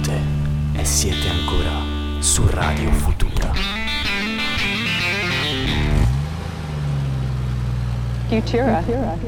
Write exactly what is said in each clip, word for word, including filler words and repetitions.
notte e siete ancora su Radio Futura. Futura.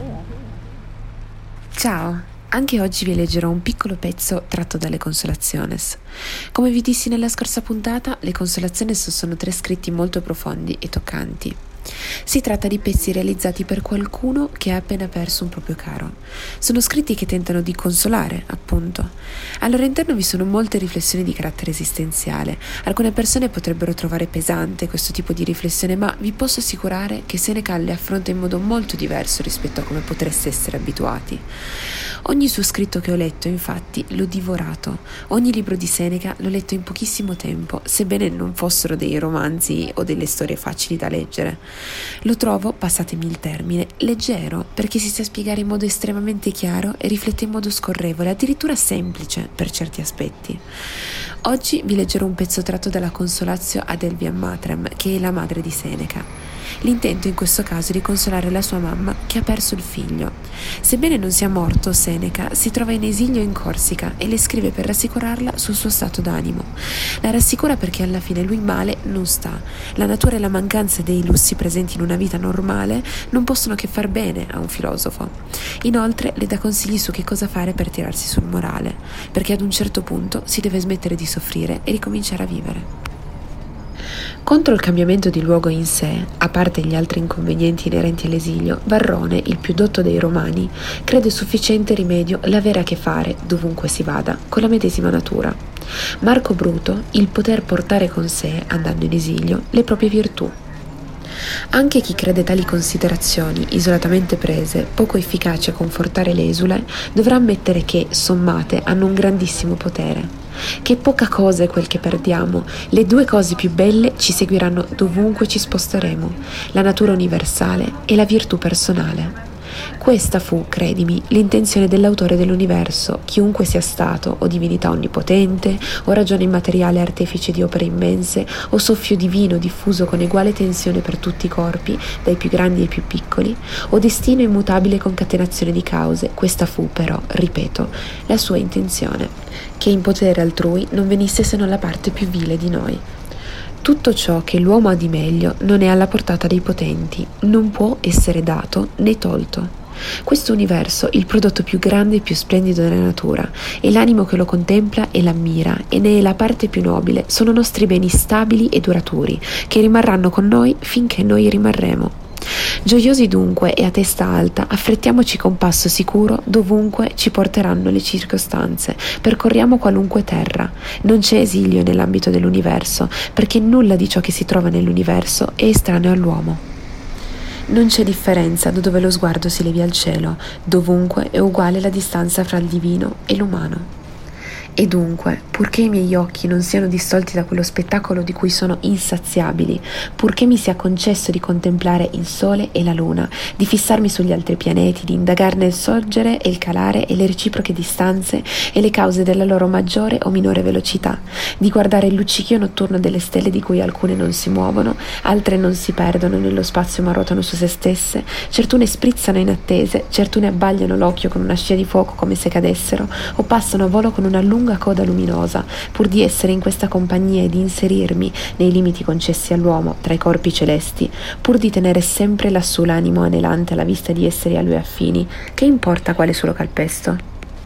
Ciao, anche oggi vi leggerò un piccolo pezzo tratto dalle Consolaciones. Come vi dissi nella scorsa puntata, le Consolaciones sono tre scritti molto profondi e toccanti. Si tratta di pezzi realizzati per qualcuno che ha appena perso un proprio caro. Sono scritti che tentano di consolare, appunto. Al loro interno vi sono molte riflessioni di carattere esistenziale. Alcune persone potrebbero trovare pesante questo tipo di riflessione, ma vi posso assicurare che Seneca le affronta in modo molto diverso rispetto a come potreste essere abituati. Ogni suo scritto che ho letto, infatti, l'ho divorato. Ogni libro di Seneca l'ho letto in pochissimo tempo, sebbene non fossero dei romanzi o delle storie facili da leggere. Lo trovo, passatemi il termine, leggero, perché si sa spiegare in modo estremamente chiaro e riflette in modo scorrevole, addirittura semplice per certi aspetti. Oggi vi leggerò un pezzo tratto dalla Consolatio ad Elviam Matrem, che è la madre di Seneca. L'intento in questo caso è di consolare la sua mamma che ha perso il figlio. Sebbene non sia morto, Seneca si trova in esilio in Corsica e le scrive per rassicurarla sul suo stato d'animo. La rassicura perché alla fine lui male non sta. La natura e la mancanza dei lussi presenti in una vita normale non possono che far bene a un filosofo. Inoltre le dà consigli su che cosa fare per tirarsi sul morale, perché ad un certo punto si deve smettere di soffrire e ricominciare a vivere. Contro il cambiamento di luogo in sé, a parte gli altri inconvenienti inerenti all'esilio, Varrone, il più dotto dei Romani, crede sufficiente rimedio l'avere a che fare, dovunque si vada, con la medesima natura. Marco Bruto, il poter portare con sé, andando in esilio, le proprie virtù. Anche chi crede tali considerazioni, isolatamente prese, poco efficaci a confortare l'esule, dovrà ammettere che, sommate, hanno un grandissimo potere. Che poca cosa è quel che perdiamo, le due cose più belle ci seguiranno dovunque ci sposteremo, la natura universale e la virtù personale. Questa fu, credimi, l'intenzione dell'autore dell'universo, chiunque sia stato, o divinità onnipotente, o ragione immateriale artefice di opere immense, o soffio divino diffuso con eguale tensione per tutti i corpi, dai più grandi ai più piccoli, o destino immutabile concatenazione di cause. Questa fu, però, ripeto, la sua intenzione, che in potere altrui non venisse se non la parte più vile di noi. Tutto ciò che l'uomo ha di meglio non è alla portata dei potenti, non può essere dato né tolto. Questo universo, il prodotto più grande e più splendido della natura, e l'animo che lo contempla e l'ammira, e ne è la parte più nobile, sono nostri beni stabili e duraturi, che rimarranno con noi finché noi rimarremo. Gioiosi dunque e a testa alta, affrettiamoci con passo sicuro dovunque ci porteranno le circostanze, percorriamo qualunque terra. Non c'è esilio nell'ambito dell'universo, perché nulla di ciò che si trova nell'universo è estraneo all'uomo. Non c'è differenza da dove lo sguardo si levi al cielo, dovunque è uguale la distanza fra il divino e l'umano. E dunque, purché i miei occhi non siano distolti da quello spettacolo di cui sono insaziabili, purché mi sia concesso di contemplare il sole e la luna, di fissarmi sugli altri pianeti, di indagarne il sorgere e il calare e le reciproche distanze e le cause della loro maggiore o minore velocità, di guardare il luccichio notturno delle stelle di cui alcune non si muovono, altre non si perdono nello spazio ma ruotano su se stesse, certune sprizzano inattese, certune abbagliano l'occhio con una scia di fuoco come se cadessero, o passano a volo con una lunga coda luminosa, pur di essere in questa compagnia e di inserirmi, nei limiti concessi all'uomo, tra i corpi celesti, pur di tenere sempre lassù l'animo anelante alla vista di esseri a lui affini, che importa quale suo calpesto?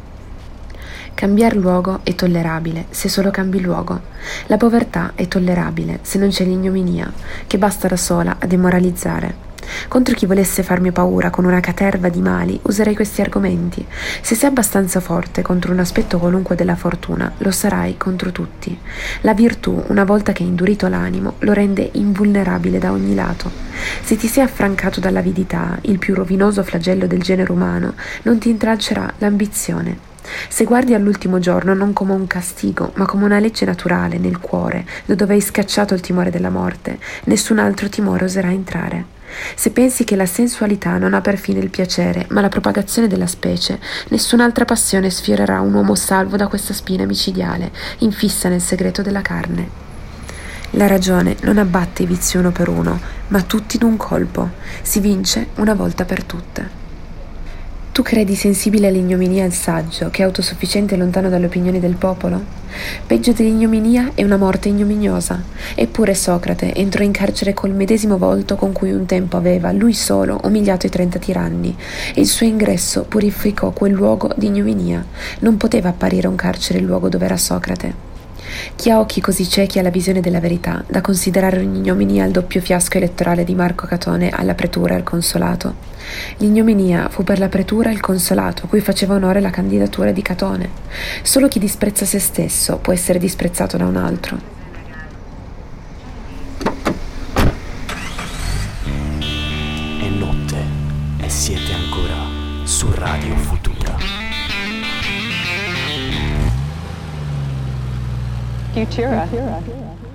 Cambiar luogo è tollerabile se solo cambi luogo. La povertà è tollerabile se non c'è l'ignominia, che basta da sola a demoralizzare. Contro chi volesse farmi paura con una caterva di mali userei questi argomenti. Se sei abbastanza forte contro un aspetto qualunque della fortuna, lo sarai contro tutti. La virtù, una volta che è indurito l'animo, lo rende invulnerabile da ogni lato. Se ti sei affrancato dall'avidità, il più rovinoso flagello del genere umano, non ti intralcerà l'ambizione. Se guardi all'ultimo giorno non come un castigo, ma come una legge naturale nel cuore, da dove hai scacciato il timore della morte, nessun altro timore oserà entrare. Se pensi che la sensualità non ha per fine il piacere, ma la propagazione della specie, nessun'altra passione sfiorerà un uomo salvo da questa spina micidiale, infissa nel segreto della carne. La ragione non abbatte i vizi uno per uno, ma tutti d'un colpo. Si vince una volta per tutte. Tu credi sensibile all'ignominia il saggio, che è autosufficiente e lontano dalle opinioni del popolo? Peggio dell'ignominia è una morte ignominiosa. Eppure Socrate entrò in carcere col medesimo volto con cui un tempo aveva, lui solo, umiliato i trenta tiranni, e il suo ingresso purificò quel luogo di ignominia. Non poteva apparire un carcere il luogo dove era Socrate. Chi ha occhi così ciechi ha la visione della verità, da considerare un'ignominia il doppio fiasco elettorale di Marco Catone alla pretura e al consolato. L'ignominia fu per la pretura e il consolato, a cui faceva onore la candidatura di Catone. Solo chi disprezza se stesso può essere disprezzato da un altro. È notte e siete ancora su Radio Futura. Futura.